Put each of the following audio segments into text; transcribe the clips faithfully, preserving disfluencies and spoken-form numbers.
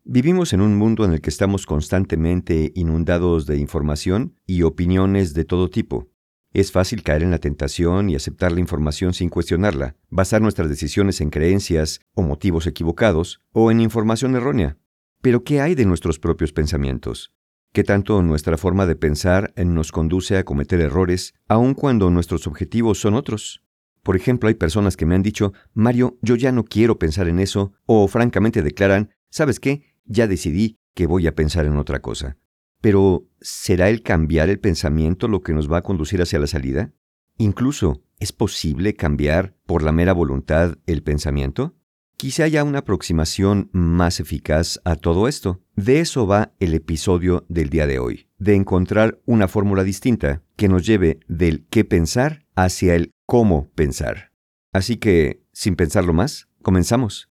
Vivimos en un mundo en el que estamos constantemente inundados de información y opiniones de todo tipo. Es fácil caer en la tentación y aceptar la información sin cuestionarla, basar nuestras decisiones en creencias o motivos equivocados o en información errónea. Pero ¿qué hay de nuestros propios pensamientos? ¿Qué tanto nuestra forma de pensar nos conduce a cometer errores, aun cuando nuestros objetivos son otros? Por ejemplo, hay personas que me han dicho, Mario, yo ya no quiero pensar en eso, o francamente declaran, ¿sabes qué? Ya decidí que voy a pensar en otra cosa. Pero, ¿será el cambiar el pensamiento lo que nos va a conducir hacia la salida? Incluso, ¿es posible cambiar por la mera voluntad el pensamiento? Quizá haya una aproximación más eficaz a todo esto. De eso va el episodio del día de hoy, de encontrar una fórmula distinta que nos lleve del qué pensar hacia el cómo pensar. Así que, sin pensarlo más, comenzamos.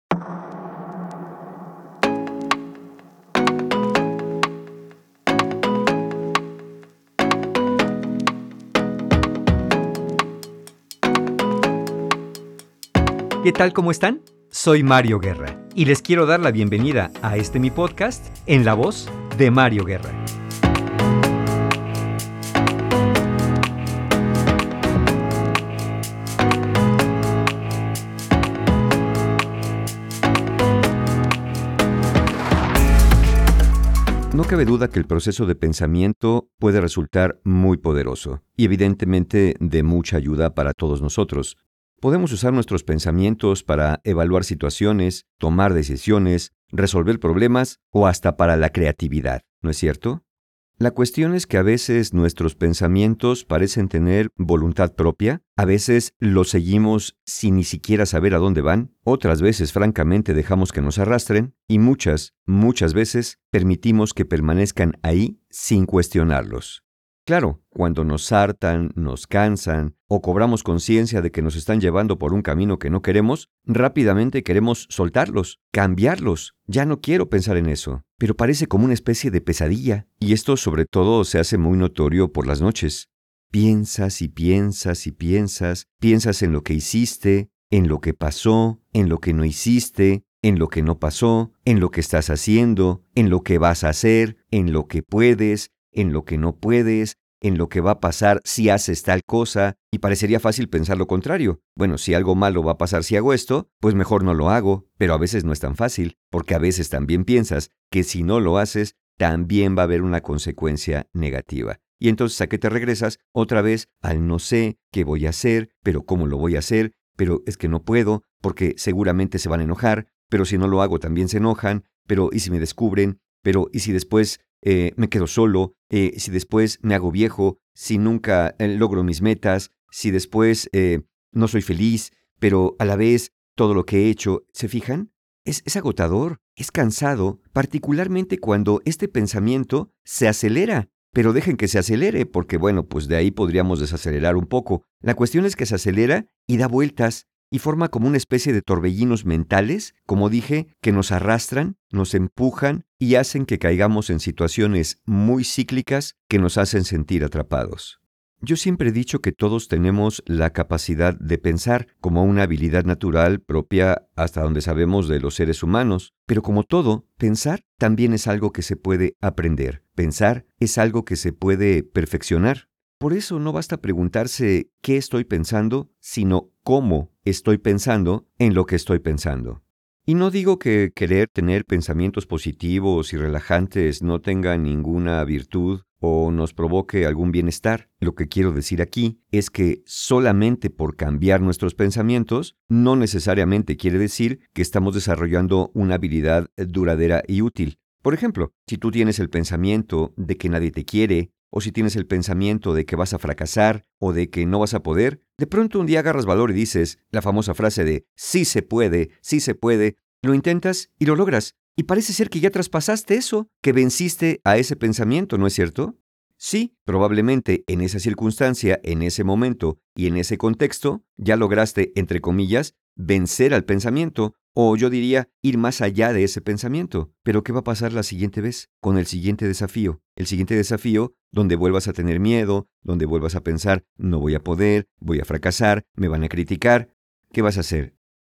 ¿Qué tal? ¿Cómo están? Soy Mario Guerra y les quiero dar la bienvenida a este mi podcast en la voz de Mario Guerra. No cabe duda que el proceso de pensamiento puede resultar muy poderoso y evidentemente de mucha ayuda para todos nosotros. Podemos usar nuestros pensamientos para evaluar situaciones, tomar decisiones, resolver problemas o hasta para la creatividad, ¿no es cierto? La cuestión es que a veces nuestros pensamientos parecen tener voluntad propia, a veces los seguimos sin ni siquiera saber a dónde van, otras veces francamente dejamos que nos arrastren y muchas, muchas veces permitimos que permanezcan ahí sin cuestionarlos. Claro, cuando nos hartan, nos cansan o cobramos conciencia de que nos están llevando por un camino que no queremos, rápidamente queremos soltarlos, cambiarlos. Ya no quiero pensar en eso, pero parece como una especie de pesadilla. Y esto sobre todo se hace muy notorio por las noches. Piensas y piensas y piensas, piensas en lo que hiciste, en lo que pasó, en lo que no hiciste, en lo que no pasó, en lo que estás haciendo, en lo que vas a hacer, en lo que puedes, en lo que no puedes, en lo que va a pasar si haces tal cosa, y parecería fácil pensar lo contrario. Bueno, si algo malo va a pasar si hago esto, pues mejor no lo hago, pero a veces no es tan fácil, porque a veces también piensas que si no lo haces, también va a haber una consecuencia negativa. Y entonces, ¿a qué te regresas? Otra vez al no sé qué voy a hacer, pero cómo lo voy a hacer, pero es que no puedo, porque seguramente se van a enojar, pero si no lo hago también se enojan, pero ¿y si me descubren? Pero ¿y si después eh, me quedo solo? Eh, si después me hago viejo, si nunca eh, logro mis metas, si después eh, no soy feliz, pero a la vez todo lo que he hecho, ¿se fijan? Es, es agotador, es cansado, particularmente cuando este pensamiento se acelera. Pero dejen que se acelere, porque bueno, pues de ahí podríamos desacelerar un poco. La cuestión es que se acelera y da vueltas, y forma como una especie de torbellinos mentales, como dije, que nos arrastran, nos empujan y hacen que caigamos en situaciones muy cíclicas que nos hacen sentir atrapados. Yo siempre he dicho que todos tenemos la capacidad de pensar como una habilidad natural propia hasta donde sabemos de los seres humanos, pero como todo, pensar también es algo que se puede aprender. Pensar es algo que se puede perfeccionar. Por eso no basta preguntarse qué estoy pensando, sino cómo estoy pensando en lo que estoy pensando. Y no digo que querer tener pensamientos positivos y relajantes no tenga ninguna virtud o nos provoque algún bienestar. Lo que quiero decir aquí es que solamente por cambiar nuestros pensamientos no necesariamente quiere decir que estamos desarrollando una habilidad duradera y útil. Por ejemplo, si tú tienes el pensamiento de que nadie te quiere, o si tienes el pensamiento de que vas a fracasar o de que no vas a poder, de pronto un día agarras valor y dices la famosa frase de sí se puede, sí se puede, lo intentas y lo logras. Y parece ser que ya traspasaste eso, que venciste a ese pensamiento, ¿no es cierto? Sí, probablemente en esa circunstancia, en ese momento y en ese contexto, ya lograste, entre comillas, vencer al pensamiento, o yo diría, ir más allá de ese pensamiento. Pero ¿qué va a pasar la siguiente vez? Con el siguiente desafío. El siguiente desafío donde vuelvas a tener miedo, donde vuelvas a pensar, no voy a poder, voy a fracasar, me van a criticar. ¿Qué vas a hacer?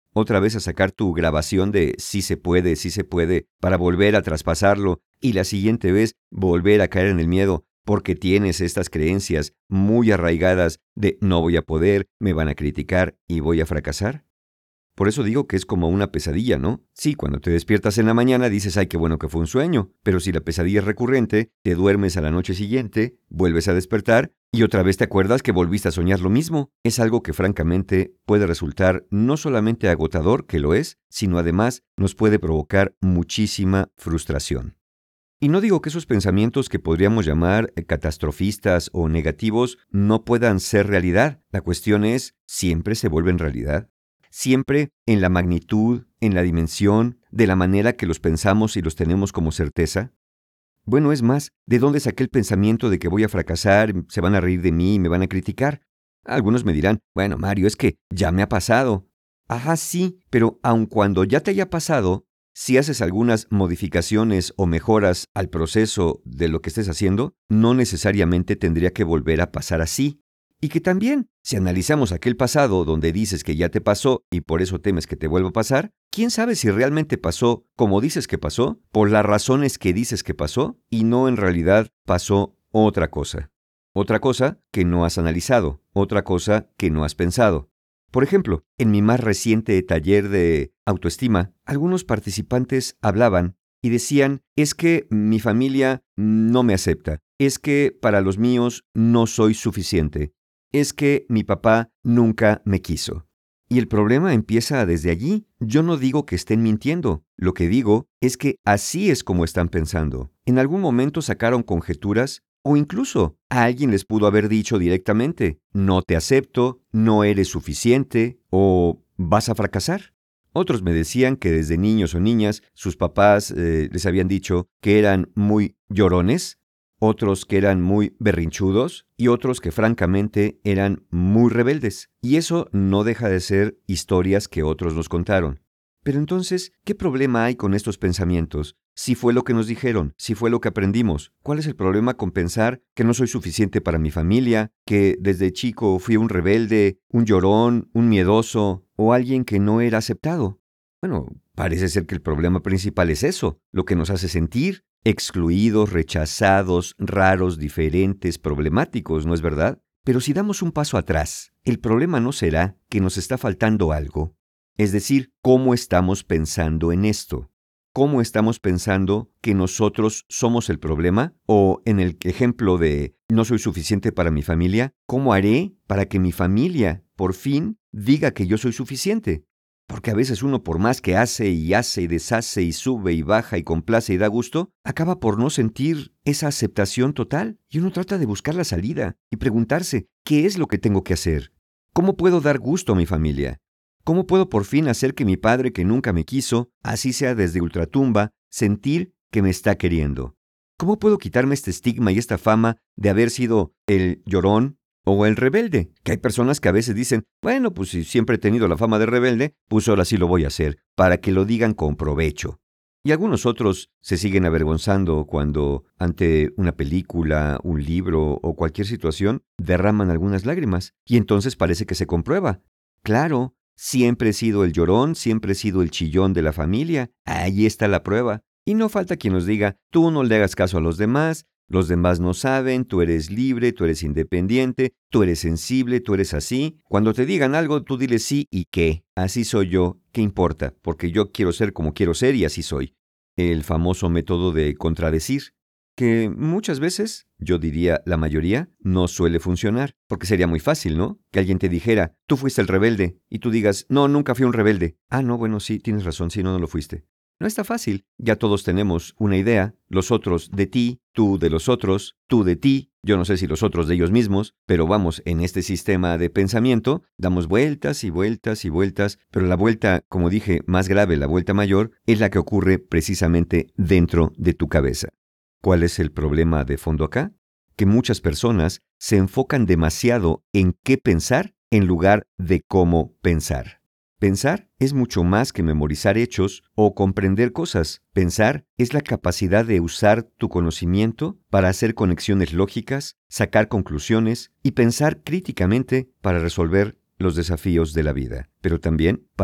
otra vez a sacar tu grabación de sí se puede, sí se puede, para volver a traspasarlo y la siguiente vez volver a caer en el miedo porque tienes estas creencias muy arraigadas de no voy a poder, me van a criticar y voy a fracasar? Por eso digo que es como una pesadilla, ¿no? Sí, cuando te despiertas en la mañana dices, ay, qué bueno que fue un sueño, pero si la pesadilla es recurrente, te duermes a la noche siguiente, vuelves a despertar y otra vez te acuerdas que volviste a soñar lo mismo. Es algo que francamente puede resultar no solamente agotador, que lo es, sino además nos puede provocar muchísima frustración. Y no digo que esos pensamientos que podríamos llamar catastrofistas o negativos no puedan ser realidad. La cuestión es, ¿siempre se vuelven realidad? ¿Siempre en la magnitud, en la dimensión, de la manera que los pensamos y los tenemos como certeza? Bueno, es más, ¿de dónde saqué el pensamiento de que voy a fracasar, se van a reír de mí y me van a criticar? Algunos me dirán, bueno, Mario, es que ya me ha pasado. Ajá, sí, pero aun cuando ya te haya pasado, si haces algunas modificaciones o mejoras al proceso de lo que estés haciendo, no necesariamente tendría que volver a pasar así. Y que también, si analizamos aquel pasado donde dices que ya te pasó y por eso temes que te vuelva a pasar, ¿quién sabe si realmente pasó como dices que pasó, por las razones que dices que pasó, y no en realidad pasó otra cosa? Otra cosa que no has analizado, otra cosa que no has pensado. Por ejemplo, en mi más reciente taller de autoestima, algunos participantes hablaban y decían, es que mi familia no me acepta, es que para los míos no soy suficiente, es que mi papá nunca me quiso. Y el problema empieza desde allí. Yo no digo que estén mintiendo. Lo que digo es que así es como están pensando. En algún momento sacaron conjeturas o incluso a alguien les pudo haber dicho directamente, no te acepto, no eres suficiente o vas a fracasar. Otros me decían que desde niños o niñas sus papás eh, les habían dicho que eran muy llorones, otros que eran muy berrinchudos y otros que francamente eran muy rebeldes. Y eso no deja de ser historias que otros nos contaron. Pero entonces, ¿qué problema hay con estos pensamientos? Si fue lo que nos dijeron, si fue lo que aprendimos, ¿cuál es el problema con pensar que no soy suficiente para mi familia, que desde chico fui un rebelde, un llorón, un miedoso o alguien que no era aceptado? Bueno, parece ser que el problema principal es eso, lo que nos hace sentir excluidos, rechazados, raros, diferentes, problemáticos, ¿no es verdad? Pero si damos un paso atrás, el problema no será que nos está faltando algo. Es decir, ¿cómo estamos pensando en esto? ¿Cómo estamos pensando que nosotros somos el problema? O en el ejemplo de no soy suficiente para mi familia, ¿cómo haré para que mi familia por fin diga que yo soy suficiente? Porque a veces uno por más que hace y hace y deshace y sube y baja y complace y da gusto, acaba por no sentir esa aceptación total y uno trata de buscar la salida y preguntarse, ¿qué es lo que tengo que hacer? ¿Cómo puedo dar gusto a mi familia? ¿Cómo puedo por fin hacer que mi padre que nunca me quiso, así sea desde ultratumba, sentir que me está queriendo? ¿Cómo puedo quitarme este estigma y esta fama de haber sido el llorón o el rebelde? Que hay personas que a veces dicen, bueno, pues si siempre he tenido la fama de rebelde, pues ahora sí lo voy a hacer, para que lo digan con provecho. Y algunos otros se siguen avergonzando cuando, ante una película, un libro o cualquier situación, derraman algunas lágrimas, y entonces parece que se comprueba. Claro, siempre he sido el llorón, siempre he sido el chillón de la familia. Ahí está la prueba. Y no falta quien nos diga, tú no le hagas caso a los demás, los demás no saben, tú eres libre, tú eres independiente, tú eres sensible, tú eres así. Cuando te digan algo, tú diles sí y qué. Así soy yo, ¿qué importa? Porque yo quiero ser como quiero ser y así soy. El famoso método de contradecir, que muchas veces, yo diría la mayoría, no suele funcionar, porque sería muy fácil, ¿no? Que alguien te dijera, tú fuiste el rebelde, y tú digas, no, nunca fui un rebelde. Ah, no, bueno, sí, tienes razón, sí, no, no lo fuiste. No está fácil, ya todos tenemos una idea, los otros de ti, tú de los otros, tú de ti, yo no sé si los otros de ellos mismos, pero vamos, en este sistema de pensamiento, damos vueltas y vueltas y vueltas, pero la vuelta, como dije, más grave, la vuelta mayor, es la que ocurre precisamente dentro de tu cabeza. ¿Cuál es el problema de fondo acá? Que muchas personas se enfocan demasiado en qué pensar en lugar de cómo pensar. Pensar es mucho más que memorizar hechos o comprender cosas. Pensar es la capacidad de usar tu conocimiento para hacer conexiones lógicas, sacar conclusiones y pensar críticamente para resolver los desafíos de la vida, pero también para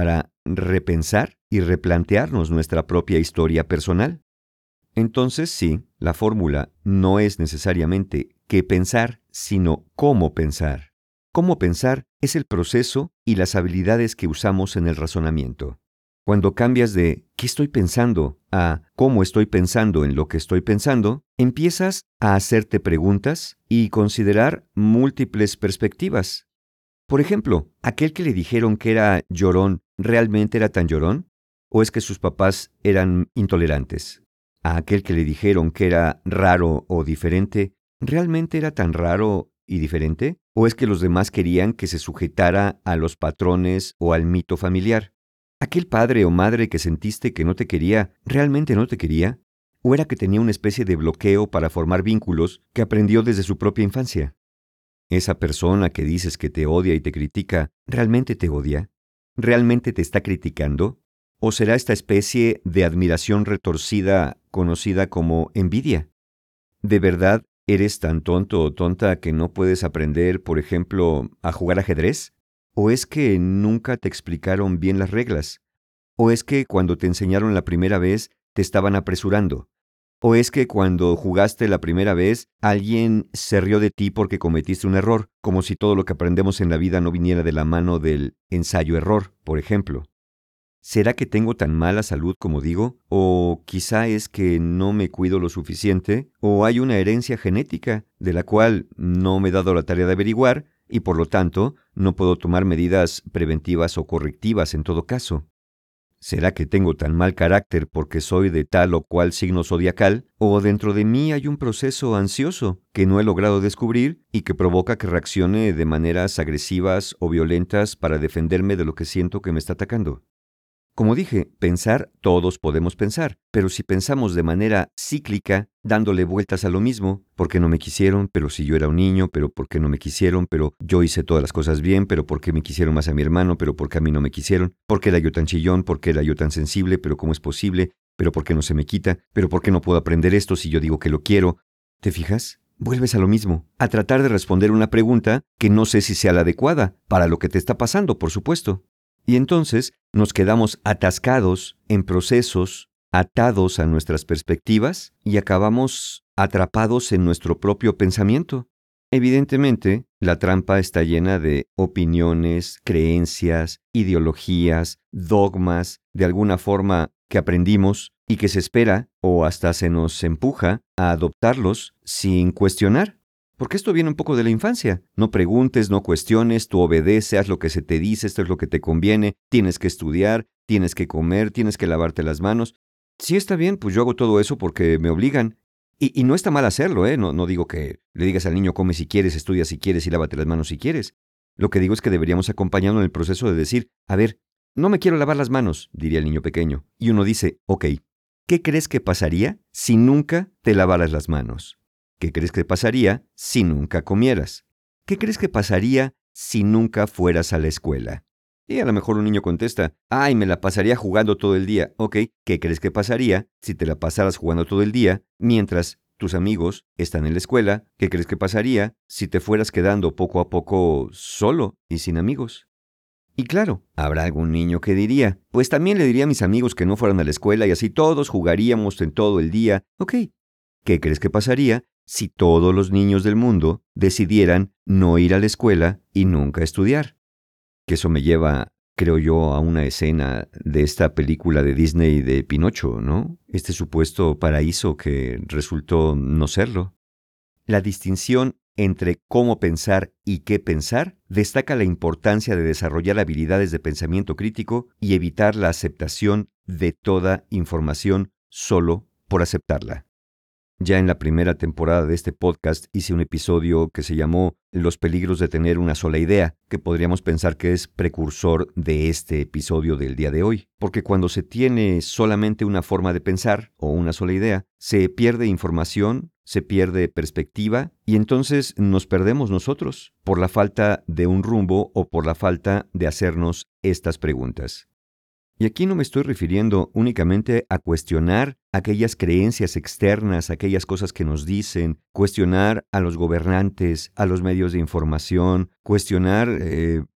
repensar y replantearnos nuestra propia historia personal. Entonces sí, la fórmula no es necesariamente qué pensar, sino cómo pensar. Cómo pensar es el proceso y las habilidades que usamos en el razonamiento. Cuando cambias de ¿qué estoy pensando? A ¿cómo estoy pensando en lo que estoy pensando?, empiezas a hacerte preguntas y considerar múltiples perspectivas. Por ejemplo, ¿aquel que le dijeron que era llorón realmente era tan llorón? ¿O es que sus papás eran intolerantes? ¿A aquel que le dijeron que era raro o diferente, realmente era tan raro y diferente? ¿O es que los demás querían que se sujetara a los patrones o al mito familiar? ¿Aquel padre o madre que sentiste que no te quería, realmente no te quería? ¿O era que tenía una especie de bloqueo para formar vínculos que aprendió desde su propia infancia? ¿Esa persona que dices que te odia y te critica, realmente te odia? ¿Realmente te está criticando? ¿O será esta especie de admiración retorcida conocida como envidia? ¿De verdad eres tan tonto o tonta que no puedes aprender, por ejemplo, a jugar ajedrez? ¿O es que nunca te explicaron bien las reglas? ¿O es que cuando te enseñaron la primera vez te estaban apresurando? ¿O es que cuando jugaste la primera vez alguien se rió de ti porque cometiste un error, como si todo lo que aprendemos en la vida no viniera de la mano del ensayo-error, por ejemplo? ¿Será que tengo tan mala salud como digo? ¿O quizá es que no me cuido lo suficiente? ¿O hay una herencia genética de la cual no me he dado la tarea de averiguar y por lo tanto no puedo tomar medidas preventivas o correctivas en todo caso? ¿Será que tengo tan mal carácter porque soy de tal o cual signo zodiacal? ¿O dentro de mí hay un proceso ansioso que no he logrado descubrir y que provoca que reaccione de maneras agresivas o violentas para defenderme de lo que siento que me está atacando? Como dije, pensar todos podemos pensar, pero si pensamos de manera cíclica, dándole vueltas a lo mismo, ¿por qué no me quisieron? Pero si yo era un niño, pero ¿por qué no me quisieron? Pero yo hice todas las cosas bien, pero ¿por qué me quisieron más a mi hermano? Pero ¿por qué a mí no me quisieron? ¿Por qué era yo tan chillón? ¿Por qué era yo tan sensible? ¿Pero cómo es posible? ¿Pero por qué no se me quita? ¿Pero por qué no puedo aprender esto si yo digo que lo quiero? ¿Te fijas? Vuelves a lo mismo, a tratar de responder una pregunta que no sé si sea la adecuada, para lo que te está pasando, por supuesto. Y entonces nos quedamos atascados en procesos, atados a nuestras perspectivas y acabamos atrapados en nuestro propio pensamiento. Evidentemente, la trampa está llena de opiniones, creencias, ideologías, dogmas, de alguna forma que aprendimos y que se espera o hasta se nos empuja a adoptarlos sin cuestionar. Porque esto viene un poco de la infancia. No preguntes, no cuestiones, tú obedeces, haz lo que se te dice, esto es lo que te conviene, tienes que estudiar, tienes que comer, tienes que lavarte las manos. Sí está bien, pues yo hago todo eso porque me obligan. Y, y no está mal hacerlo, ¿eh? No, no digo que le digas al niño come si quieres, estudia si quieres y lávate las manos si quieres. Lo que digo es que deberíamos acompañarlo en el proceso de decir, a ver, no me quiero lavar las manos, diría el niño pequeño. Y uno dice, ok, ¿qué crees que pasaría si nunca te lavaras las manos? ¿Qué crees que pasaría si nunca comieras? ¿Qué crees que pasaría si nunca fueras a la escuela? Y a lo mejor un niño contesta, ay, me la pasaría jugando todo el día. Ok, ¿qué crees que pasaría si te la pasaras jugando todo el día mientras tus amigos están en la escuela? ¿Qué crees que pasaría si te fueras quedando poco a poco solo y sin amigos? Y claro, habrá algún niño que diría, pues también le diría a mis amigos que no fueran a la escuela y así todos jugaríamos en todo el día. Ok, ¿qué crees que pasaría si todos los niños del mundo decidieran no ir a la escuela y nunca estudiar? Que eso me lleva, creo yo, a una escena de esta película de Disney de Pinocho, ¿no? Este supuesto paraíso que resultó no serlo. La distinción entre cómo pensar y qué pensar destaca la importancia de desarrollar habilidades de pensamiento crítico y evitar la aceptación de toda información solo por aceptarla. Ya en la primera temporada de este podcast hice un episodio que se llamó Los peligros de tener una sola idea, que podríamos pensar que es precursor de este episodio del día de hoy, porque cuando se tiene solamente una forma de pensar o una sola idea, se pierde información, se pierde perspectiva y entonces nos perdemos nosotros por la falta de un rumbo o por la falta de hacernos estas preguntas. Y aquí no me estoy refiriendo únicamente a cuestionar aquellas creencias externas, aquellas cosas que nos dicen, cuestionar a los gobernantes, a los medios de información, cuestionar eh,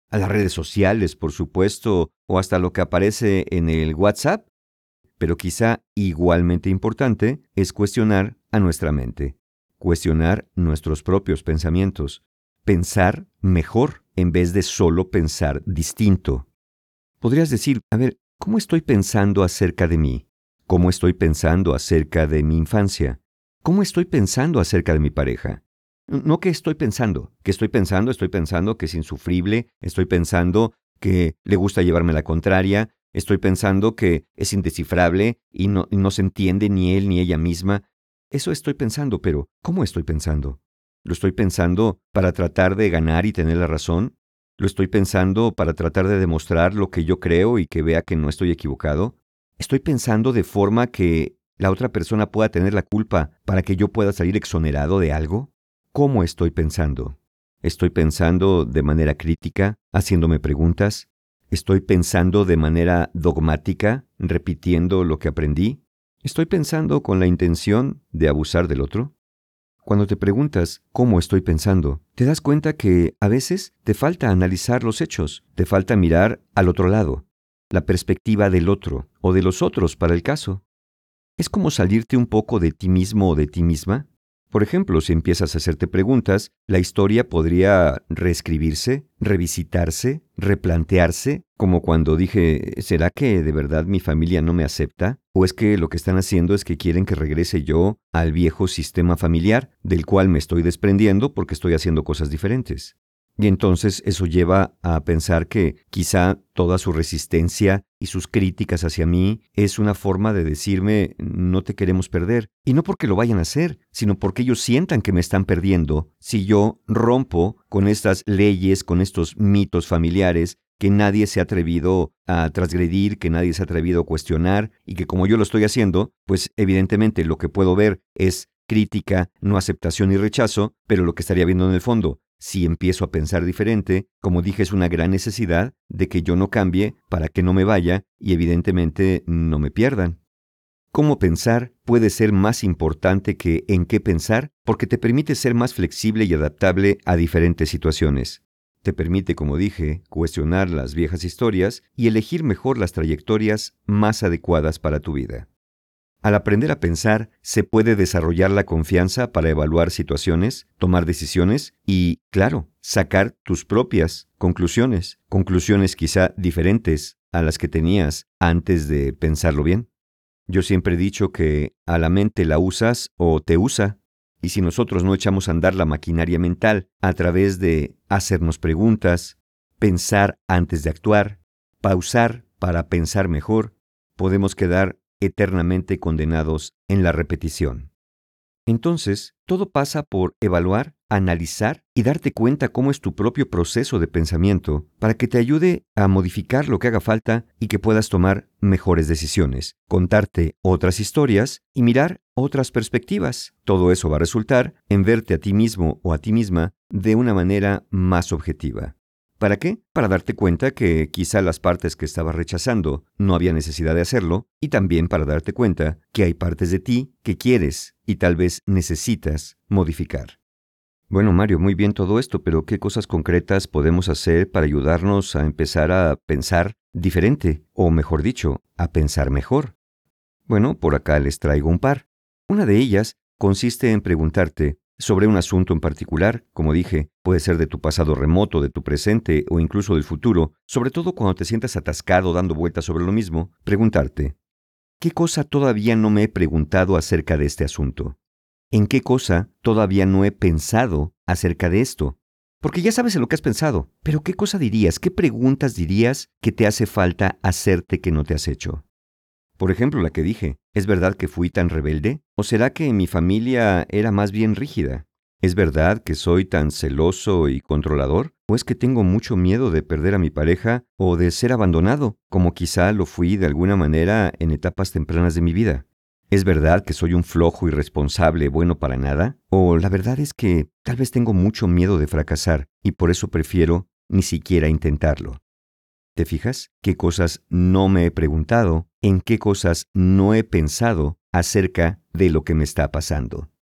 a las redes sociales, por supuesto, o hasta lo que aparece en el WhatsApp. Pero quizá igualmente importante es cuestionar a nuestra mente, cuestionar nuestros propios pensamientos, pensar mejor en vez de solo pensar distinto. Podrías decir, a ver, ¿cómo estoy pensando acerca de mí? ¿Cómo estoy pensando acerca de mi infancia? ¿Cómo estoy pensando acerca de mi pareja? No que estoy pensando, que estoy pensando, estoy pensando que es insufrible, estoy pensando que le gusta llevarme la contraria, estoy pensando que es indescifrable y no, y no se entiende ni él ni ella misma. Eso estoy pensando, pero ¿cómo estoy pensando? ¿Lo estoy pensando para tratar de ganar y tener la razón? ¿Lo estoy pensando para tratar de demostrar lo que yo creo y que vea que no estoy equivocado? ¿Estoy pensando de forma que la otra persona pueda tener la culpa para que yo pueda salir exonerado de algo? ¿Cómo estoy pensando? ¿Estoy pensando de manera crítica, haciéndome preguntas? ¿Estoy pensando de manera dogmática, repitiendo lo que aprendí? ¿Estoy pensando con la intención de abusar del otro? Cuando te preguntas cómo estoy pensando, te das cuenta que a veces te falta analizar los hechos, te falta mirar al otro lado, la perspectiva del otro o de los otros para el caso. Es como salirte un poco de ti mismo o de ti misma. Por ejemplo, si empiezas a hacerte preguntas, la historia podría reescribirse, revisitarse, replantearse, como cuando dije, ¿será que de verdad mi familia no me acepta? ¿O es que lo que están haciendo es que quieren que regrese yo al viejo sistema familiar, del cual me estoy desprendiendo porque estoy haciendo cosas diferentes? Y entonces eso lleva a pensar que quizá toda su resistencia y sus críticas hacia mí es una forma de decirme no te queremos perder. Y no porque lo vayan a hacer, sino porque ellos sientan que me están perdiendo si yo rompo con estas leyes, con estos mitos familiares que nadie se ha atrevido a transgredir, que nadie se ha atrevido a cuestionar y que como yo lo estoy haciendo, pues evidentemente lo que puedo ver es crítica, no aceptación y rechazo, pero lo que estaría viendo en el fondo, si empiezo a pensar diferente, como dije, es una gran necesidad de que yo no cambie para que no me vaya y evidentemente no me pierdan. Cómo pensar puede ser más importante que en qué pensar porque te permite ser más flexible y adaptable a diferentes situaciones. Te permite, como dije, cuestionar las viejas historias y elegir mejor las trayectorias más adecuadas para tu vida. Al aprender a pensar, se puede desarrollar la confianza para evaluar situaciones, tomar decisiones y, claro, sacar tus propias conclusiones, conclusiones quizá diferentes a las que tenías antes de pensarlo bien. Yo siempre he dicho que a la mente la usas o te usa, y si nosotros no echamos a andar la maquinaria mental a través de hacernos preguntas, pensar antes de actuar, pausar para pensar mejor, podemos quedar eternamente condenados en la repetición. Entonces, todo pasa por evaluar, analizar y darte cuenta cómo es tu propio proceso de pensamiento para que te ayude a modificar lo que haga falta y que puedas tomar mejores decisiones, contarte otras historias y mirar otras perspectivas. Todo eso va a resultar en verte a ti mismo o a ti misma de una manera más objetiva. ¿Para qué? Para darte cuenta que quizá las partes que estabas rechazando no había necesidad de hacerlo y también para darte cuenta que hay partes de ti que quieres y tal vez necesitas modificar. Bueno, Mario, muy bien todo esto, pero ¿qué cosas concretas podemos hacer para ayudarnos a empezar a pensar diferente? O mejor dicho, a pensar mejor. Bueno, por acá les traigo un par. Una de ellas consiste en preguntarte sobre un asunto en particular, como dije, puede ser de tu pasado remoto, de tu presente o incluso del futuro, sobre todo cuando te sientas atascado dando vueltas sobre lo mismo, preguntarte, ¿qué cosa todavía no me he preguntado acerca de este asunto? ¿En qué cosa todavía no he pensado acerca de esto? Porque ya sabes en lo que has pensado, pero ¿qué cosa dirías, qué preguntas dirías que te hace falta hacerte que no te has hecho? Por ejemplo, la que dije, ¿es verdad que fui tan rebelde? ¿O será que mi familia era más bien rígida? ¿Es verdad que soy tan celoso y controlador? ¿O es que tengo mucho miedo de perder a mi pareja o de ser abandonado, como quizá lo fui de alguna manera en etapas tempranas de mi vida? ¿Es verdad que soy un flojo irresponsable bueno para nada? ¿O la verdad es que tal vez tengo mucho miedo de fracasar y por eso prefiero ni siquiera intentarlo? ¿Te fijas qué cosas no me he preguntado, en qué cosas no he pensado acerca de lo que me está pasando?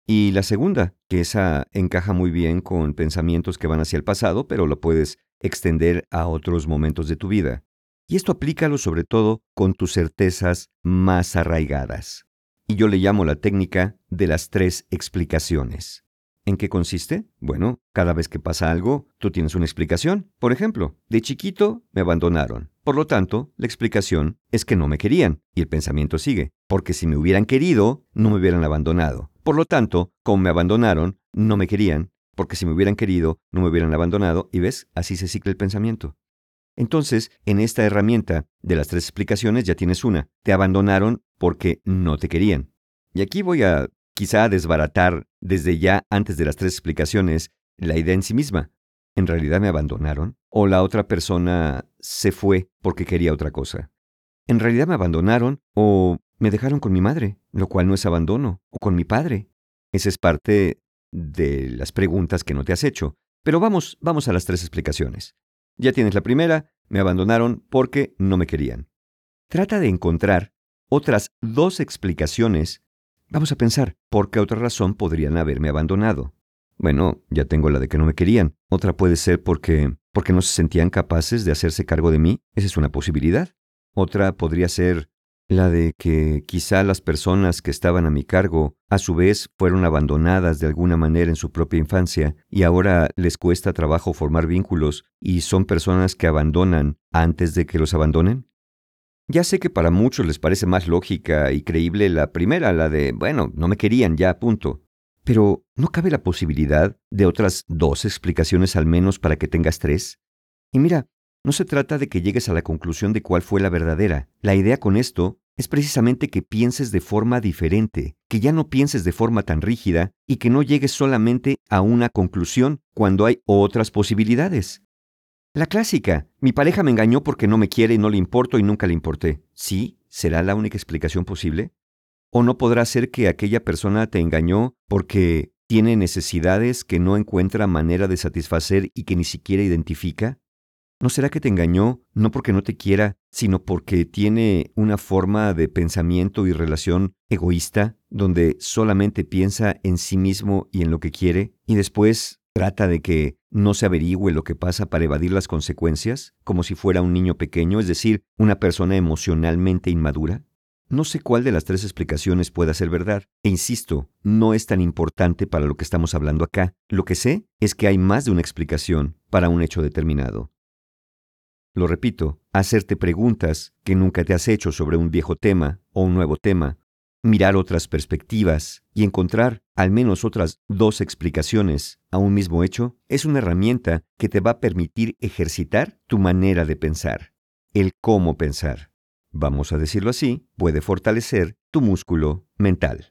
Y la segunda, que esa encaja muy bien con pensamientos que van hacia el pasado, pero lo puedes extender a otros momentos de tu vida. Y esto aplícalo sobre todo con tus certezas más arraigadas. Y yo le llamo la técnica de las tres explicaciones. ¿En qué consiste? Bueno, cada vez que pasa algo, tú tienes una explicación. Por ejemplo, de chiquito me abandonaron. Por lo tanto, la explicación es que no me querían. Y el pensamiento sigue. Porque si me hubieran querido, no me hubieran abandonado. Por lo tanto, como me abandonaron, no me querían. Porque si me hubieran querido, no me hubieran abandonado. Y ves, así se cicla el pensamiento. Entonces, en esta herramienta de las tres explicaciones ya tienes una. Te abandonaron porque no te querían. Y aquí voy a quizá desbaratar desde ya antes de las tres explicaciones la idea en sí misma. ¿En realidad me abandonaron? ¿O la otra persona se fue porque quería otra cosa? ¿En realidad me abandonaron o me dejaron con mi madre, lo cual no es abandono, o con mi padre? Esa es parte de las preguntas que no te has hecho. Pero vamos, vamos a las tres explicaciones. Ya tienes la primera, me abandonaron porque no me querían. Trata de encontrar otras dos explicaciones. Vamos a pensar, ¿por qué otra razón podrían haberme abandonado? Bueno, ya tengo la de que no me querían. Otra puede ser porque, porque no se sentían capaces de hacerse cargo de mí. Esa es una posibilidad. Otra podría ser la de que quizá las personas que estaban a mi cargo, a su vez, fueron abandonadas de alguna manera en su propia infancia y ahora les cuesta trabajo formar vínculos y son personas que abandonan antes de que los abandonen. Ya sé que para muchos les parece más lógica y creíble la primera, la de, bueno, no me querían, ya, punto. Pero, ¿no cabe la posibilidad de otras dos explicaciones al menos para que tengas tres? Y mira, no se trata de que llegues a la conclusión de cuál fue la verdadera. La idea con esto es precisamente que pienses de forma diferente, que ya no pienses de forma tan rígida y que no llegues solamente a una conclusión cuando hay otras posibilidades. La clásica, mi pareja me engañó porque no me quiere y no le importo y nunca le importé. ¿Sí? ¿Será la única explicación posible? ¿O no podrá ser que aquella persona te engañó porque tiene necesidades que no encuentra manera de satisfacer y que ni siquiera identifica? ¿No será que te engañó no porque no te quiera, sino porque tiene una forma de pensamiento y relación egoísta, donde solamente piensa en sí mismo y en lo que quiere, y después trata de que no se averigüe lo que pasa para evadir las consecuencias, como si fuera un niño pequeño, es decir, una persona emocionalmente inmadura? No sé cuál de las tres explicaciones pueda ser verdad, e insisto, no es tan importante para lo que estamos hablando acá. Lo que sé es que hay más de una explicación para un hecho determinado. Lo repito, hacerte preguntas que nunca te has hecho sobre un viejo tema o un nuevo tema, mirar otras perspectivas y encontrar al menos otras dos explicaciones a un mismo hecho es una herramienta que te va a permitir ejercitar tu manera de pensar, el cómo pensar. Vamos a decirlo así, puede fortalecer tu músculo mental.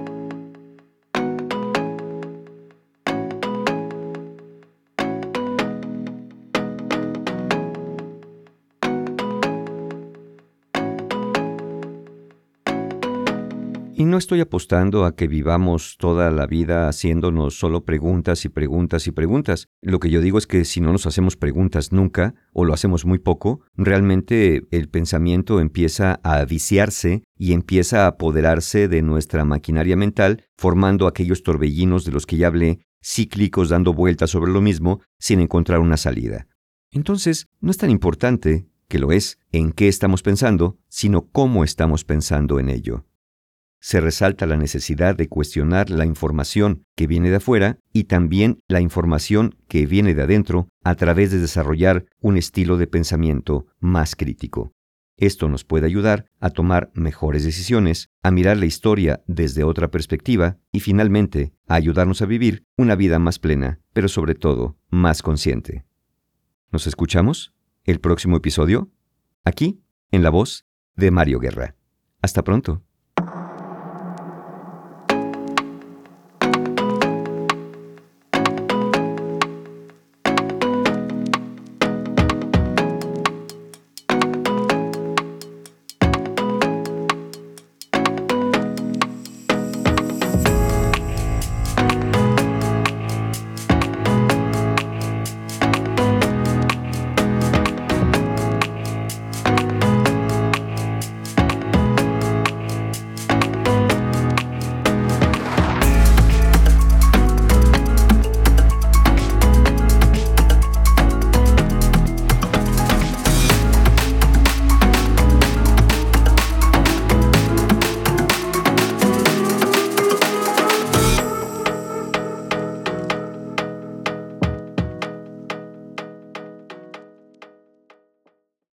Y no estoy apostando a que vivamos toda la vida haciéndonos solo preguntas y preguntas y preguntas. Lo que yo digo es que si no nos hacemos preguntas nunca, o lo hacemos muy poco, realmente el pensamiento empieza a viciarse y empieza a apoderarse de nuestra maquinaria mental, formando aquellos torbellinos de los que ya hablé, cíclicos dando vueltas sobre lo mismo, sin encontrar una salida. Entonces, no es tan importante, que lo es, en qué estamos pensando, sino cómo estamos pensando en ello. Se resalta la necesidad de cuestionar la información que viene de afuera y también la información que viene de adentro a través de desarrollar un estilo de pensamiento más crítico. Esto nos puede ayudar a tomar mejores decisiones, a mirar la historia desde otra perspectiva y finalmente a ayudarnos a vivir una vida más plena, pero sobre todo más consciente. ¿Nos escuchamos? ¿El próximo episodio? Aquí, en la voz de Mario Guerra. Hasta pronto.